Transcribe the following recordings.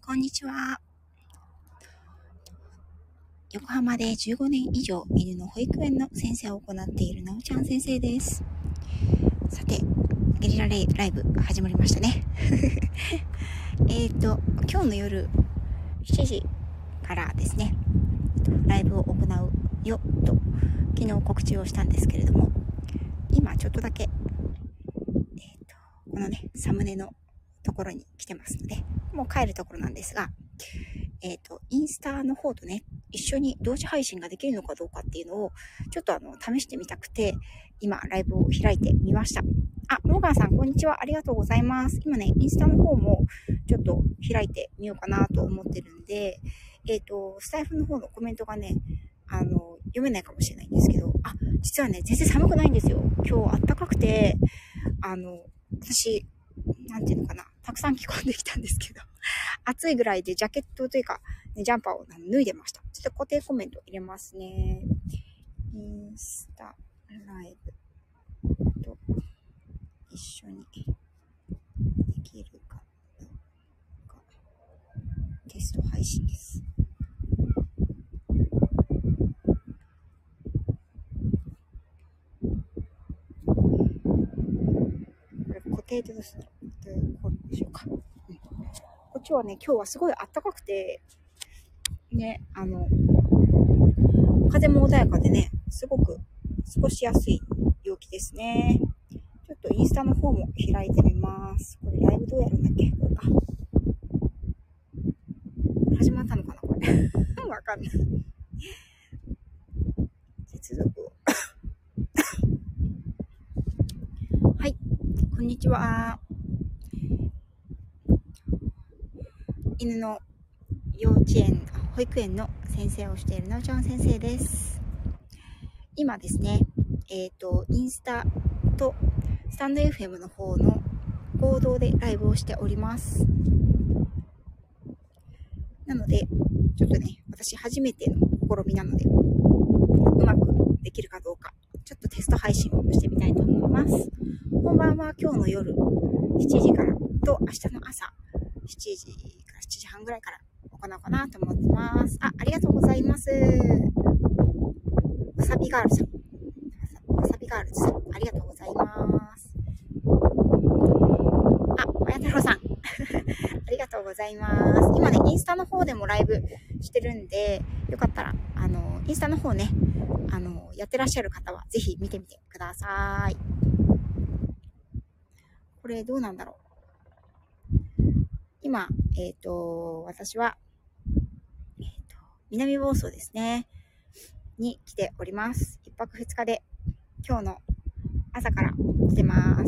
こんにちは。横浜で15年以上犬の保育園の先生を行っているなおちゃん先生です。さて、ゲリラライブ始まりましたね。今日の夜7時からですね、ライブを行うよと昨日告知をしたんですけれども、今ちょっとだけ、このね、サムネのところに来てますので、もう帰るところなんですが、インスタの方とね、一緒に同時配信ができるのかどうかっていうのを、ちょっと試してみたくて、今、ライブを開いてみました。あ、モーガンさん、こんにちは。ありがとうございます。今ね、インスタの方も、ちょっと開いてみようかなと思ってるんで、スタイフの方のコメントがね、読めないかもしれないんですけど、実はね、全然寒くないんですよ。今日暖かくて、私、なんていうのかな、たくさん着込んできたんですけど、暑いぐらいでジャケットというか、ね、ジャンパーを脱いでました。ちょっと固定コメント入れますね。インスタライブと一緒にできるかどうかテスト配信です。これ固定でどうするの？こうでしょうか。こっちはね、今日はすごい暖かくて、ね、風も穏やかでね、すごく過ごしやすい陽気ですね。ちょっとインスタの方も開いてみます。これライブどうやるんだっけ？これか。始まったのかなこれ。わかんない。接続を。はい、こんにちは。犬の幼稚園、保育園の先生をしているなおちゃん先生です。今ですね、インスタとスタンド FM の方の合同でライブをしております。なので、ちょっとね、私初めての試みなので、うまくできるかどうか、ちょっとテスト配信をしてみたいと思います。本番は今日の夜7時からと明日の朝7時から7時半ぐらいから行おうかなと思ってます。ありがとうございます。わさびガールさん。わさびガールズさん、ありがとうございます。まや太郎さん。ありがとうございます。今ね、インスタの方でもライブしてるんで、よかったら、インスタの方ね、やってらっしゃる方はぜひ見てみてください。これどうなんだろう。今、私は、南房総ですね、に来ております。1泊2日で、今日の朝から来てます。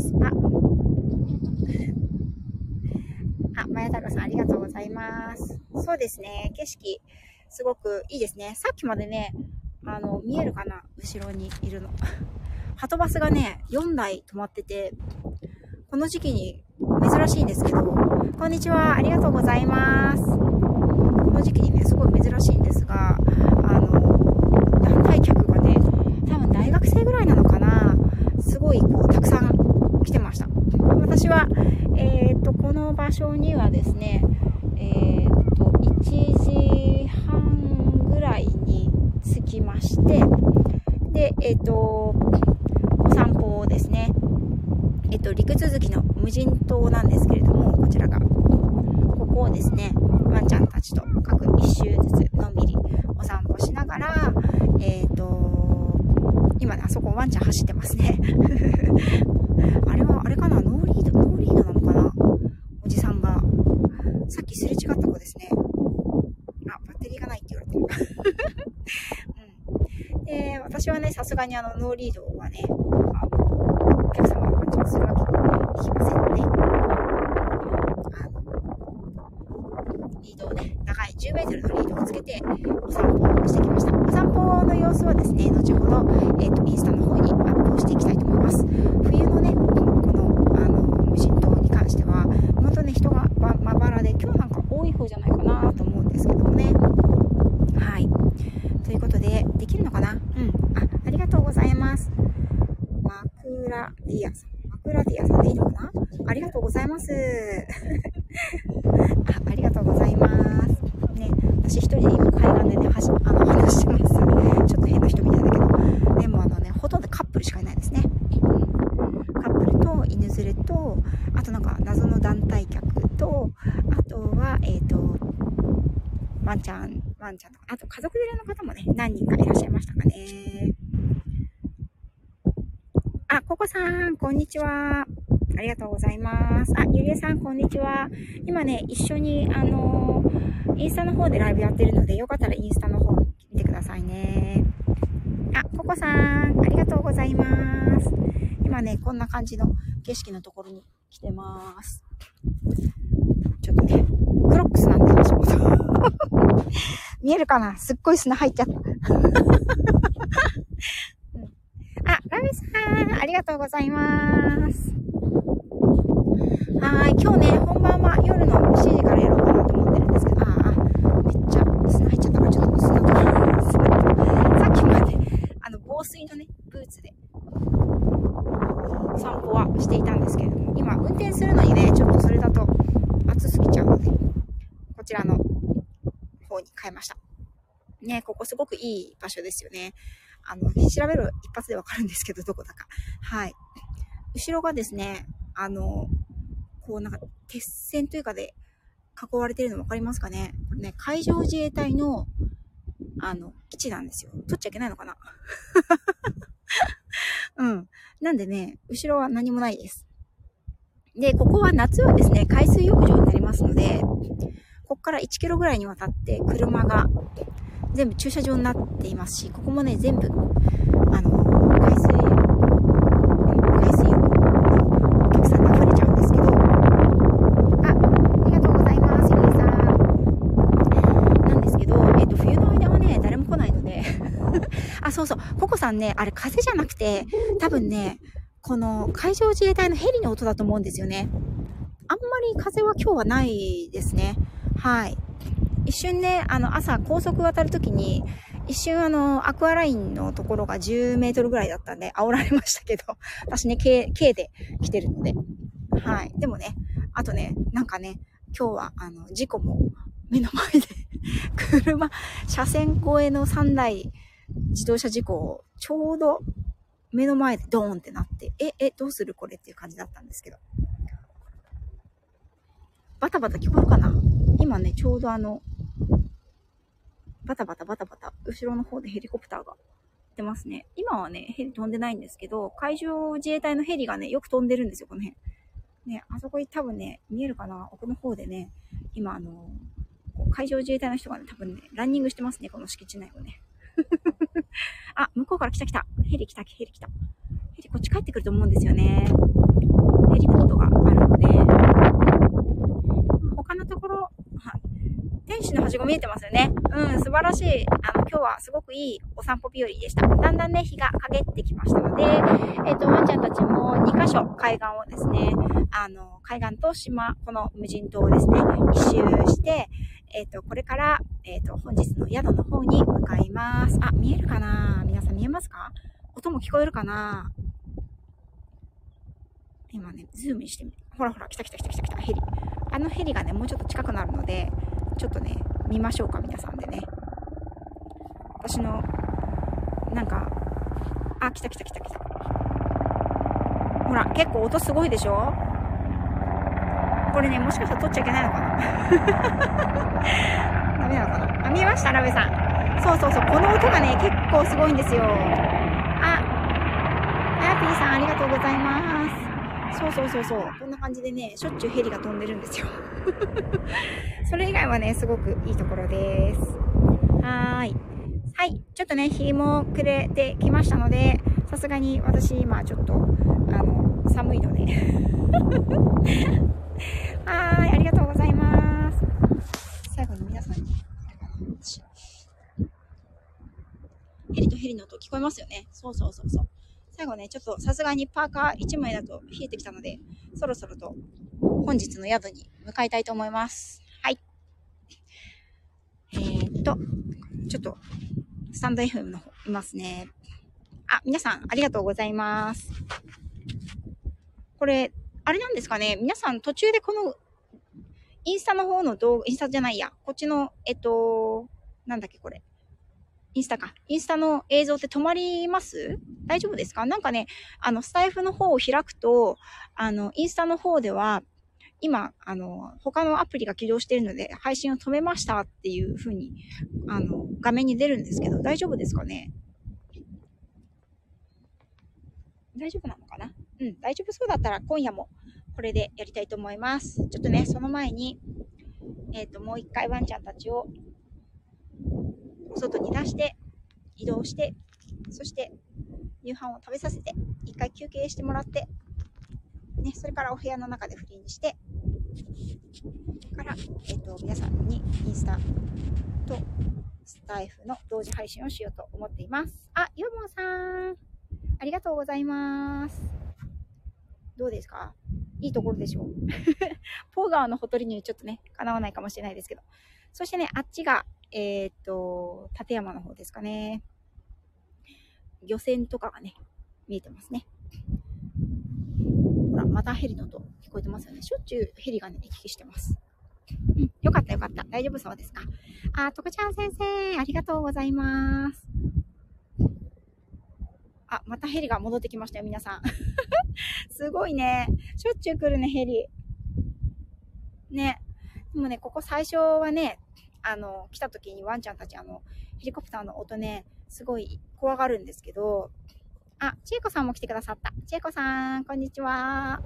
まや太郎さんありがとうございます。そうですね、景色すごくいいですね。さっきまでね、見えるかな、後ろにいるの。はとバスがね、4台止まってて、この時期に珍しいんですけど、こんにちは、ありがとうございます。この時期にね、すごい珍しいんですが、団体客がね、多分大学生ぐらいなのかな、すごいこうたくさん来てました。私は、この場所にはですね、1時半ぐらいに着きまして、で、お散歩をですね、陸続きの無人島なんですけれども、こちらが、ここをですね、ワンちゃんたちと各一周ずつのんびりお散歩しながら、今ね、あそこワンちゃん走ってますね。あれかな、ノーリードなのかな、おじさんが。さっきすれ違った子ですね。バッテリーがないって言われてる。で、私はね、さすがにノーリードはね、お客様がワンちゃんするわけにいきませんので、リードをね、長い10メートルのリードをつけてお散歩をしてきました。お散歩の様子はですね、後ほど、インスタの方にアップをしていきたいと思います。冬のね、この無人島に関しては本当ね、人がまばらで、今日なんか多い方じゃないかなと思うんですけどもね。はい、ということで、できるのかな。ありがとうございます。マクラディアさんでいいのかな。ありがとうございます。ありがとうございます。 話してます。ちょっと変な人みたいだけど。でもほとんどカップルしかいないですね。カップルと犬連れと、あとなんか謎の団体客と、あとは、ワンちゃんとか、あと家族連れの方もね、何人かいらっしゃいましたかね。あ、ココさん、こんにちは。ありがとうございます。あ、ゆりえさん、こんにちは。今ね、一緒に、インスタの方でライブやってるので、よかったらインスタの方見てくださいね。あ、ココさん、ありがとうございます。今ね、こんな感じの景色のところに来てます。ちょっとね、クロックスなんで、足元。見えるかな？すっごい砂入っちゃった。あ、ラミさん、ありがとうございます。はい、今日ね、本番は夜の7時からやろうかなと思ってるんですけど、めっちゃ砂入っちゃったから、ちょっと砂とか、さっきまで、防水のね、ブーツで、散歩はしていたんですけれども、今、運転するのにね、ちょっとそれだと暑すぎちゃうので、こちらの方に変えました。ね、ここすごくいい場所ですよね。調べる一発でわかるんですけど、どこだか。はい。後ろがですね、こうなんか鉄線というかで囲われてるの分かりますかね。これね、海上自衛隊の基地なんですよ。取っちゃいけないのかな。うん。なんでね、後ろは何もないです。で、ここは夏はですね、海水浴場になりますので、ここから1キロぐらいにわたって車が全部駐車場になっていますし、ここもね、全部海水浴のお客さんが溢れちゃうんですけど、ありがとうございます、ゆりえさん。なんですけど、冬の間はね、誰も来ないので、あ、そうそう、ココさんね、あれ風じゃなくて、多分ね、この海上自衛隊のヘリの音だと思うんですよね。あんまり風は今日はないですね。はい。一瞬ね、朝高速渡るときに、一瞬アクアラインのところが10メートルぐらいだったんで、煽られましたけど、私ね、K で来てるので。はい。でもね、あとね、なんかね、今日は、事故も目の前で車線越えの3台自動車事故をちょうど目の前でドーンってなって、どうするこれっていう感じだったんですけど。バタバタ聞こえるかな？今ね、ちょうどバタバタ、後ろの方でヘリコプターが出ますね。今はね、ヘリ飛んでないんですけど、海上自衛隊のヘリがね、よく飛んでるんですよ、この辺。ね、あそこに多分ね、見えるかな？奥の方でね、今海上自衛隊の人がね、多分ね、ランニングしてますね、この敷地内をね。あ、向こうから来た。ヘリ来た。ヘリこっち帰ってくると思うんですよね。ヘリポートがあるので、他のところ、天使のはしご見えてますよね。素晴らしい。今日はすごくいいお散歩日和でした。だんだんね、日が陰ってきましたので、ワンちゃんたちも2カ所海岸をですね、海岸と島、この無人島をですね、一周して、これから、本日の宿の方に向かいます。あ、見えるかな？皆さん見えますか？音も聞こえるかな？今ね、ズームしてみる。ほら、来た、ヘリ。ヘリがね、もうちょっと近くなるので、ちょっとね、見ましょうか、皆さんでね。私の、なんか、あ、来た。ほら、結構音すごいでしょ？これね、もしかしたら撮っちゃいけないのかな？ダメなのかな？あ、見えました？ラベさん。そう。この音がね、結構すごいんですよ。あやぴーさん、ありがとうございます。そう。こんな感じでね、しょっちゅうヘリが飛んでるんですよ。それ以外はね、すごくいいところです。はい。ちょっとね、日も暮れてきましたので、さすがに私今ちょっと、寒いので。ありがとうございます。最後に皆さんに、ヘリとヘリの音聞こえますよね。そう。最後ね、ちょっとさすがにパーカー1枚だと冷えてきたので、そろそろと本日の宿に向かいたいと思います。はい。ちょっと、スタンド FM の方いますね。あ、皆さんありがとうございます。これ、あれなんですかね？皆さん途中でこの、インスタの方の動画、インスタじゃないや、こっちの、なんだっけこれ。 インスタの映像って止まります？大丈夫ですか？なんかね、スタイフの方を開くと、インスタの方では、今、他のアプリが起動しているので、配信を止めましたっていう風に、画面に出るんですけど、大丈夫ですかね？大丈夫なのかな？うん、大丈夫そうだったら今夜もこれでやりたいと思います。ちょっとね、その前に、もう一回ワンちゃんたちを外に出して、移動して、そして夕飯を食べさせて、一回休憩してもらって、ね、それからお部屋の中でフリーにして、から、皆さんにインスタとスタイフの同時配信をしようと思っています。あ、ヨモンさん、ありがとうございます。どうですか？いいところでしょう。ポー川のほとりにちょっとね、叶わないかもしれないですけど。そしてね、あっちが、立山の方ですかね。漁船とかがね、見えてますね。ほら、またヘリの音聞こえてますよね。しょっちゅうヘリがね、行き来してます。うん、よかったよかった。大丈夫そうですか？あ、とこちゃん先生、ありがとうございます。あ、またヘリが戻ってきましたよ、皆さん。すごいね。しょっちゅう来るね、ヘリ。ね。でもね、ここ最初はね、来た時にワンちゃんたちヘリコプターの音ね、すごい怖がるんですけど、あ、ちえこさんも来てくださった。ちえこさん、こんにちは。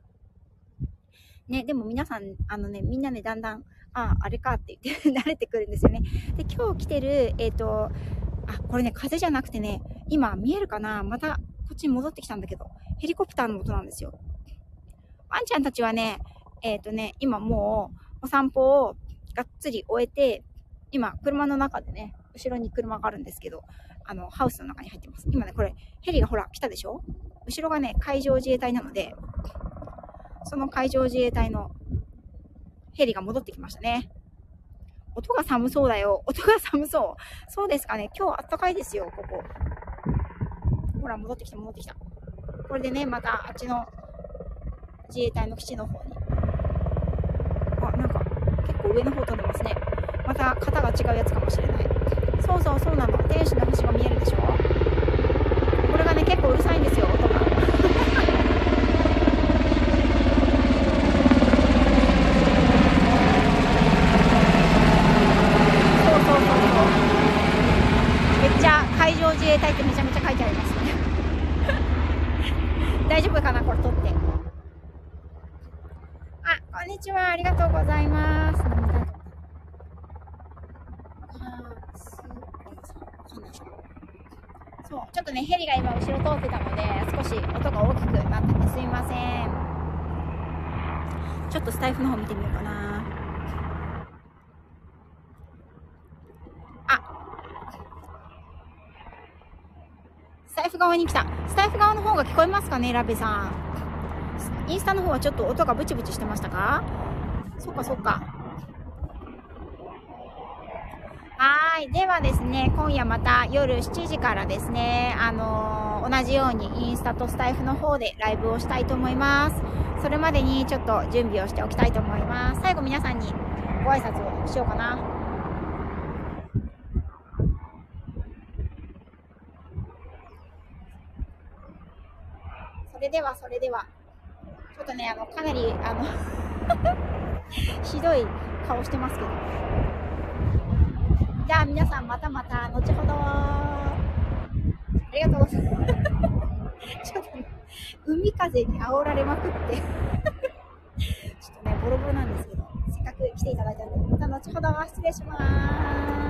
ね、でも皆さん、みんなね、だんだん、あれかって言って慣れてくるんですよね。で、今日来てる、これね、風じゃなくてね、今見えるかな？また、こっちに戻ってきたんだけど、ヘリコプターの音なんですよ。ワンちゃんたちはね、今もう、お散歩をがっつり終えて、今、車の中でね、後ろに車があるんですけど、ハウスの中に入ってます。今ね、これ、ヘリがほら、来たでしょ？後ろがね、海上自衛隊なので、その海上自衛隊のヘリが戻ってきましたね。音が寒そうだよ。音が寒そう。そうですかね。今日あったかいですよ、ここ。ほら、戻ってきた、戻ってきた。これでね、またあっちの自衛隊の基地の方に。あ、なんか、結構上の方飛んでますね。また型が違うやつかもしれない。そうそう、そうなの。天使の星が見えるでしょ？これがね、結構うるさいんですよ、音が。海上自衛隊ってめちゃめちゃ書いてありますね。大丈夫かな、これ撮って。あ、こんにちは、ありがとうございます。そう、ちょっとね、ヘリが今後ろ通ってたので、少し音が大きくなっててすいません。ちょっとスタイフの方見てみようかな。スタイフ側に来た。スタイフ側の方が聞こえますかね、ラベさん。インスタの方はちょっと音がブチブチしてましたか？そっかそっか。はい。ではですね、今夜また夜7時からですね、同じようにインスタとスタイフの方でライブをしたいと思います。それまでにちょっと準備をしておきたいと思います。最後皆さんにご挨拶をしようかな。それでは、ちょっとね、かなり、ひどい顔してますけど。じゃあ皆さんまたまた後ほど。ありがとうございます。ちょっとね、海風に煽られまくってちょっとね、ボロボロなんですけど、せっかく来ていただいたので、また後ほど失礼します。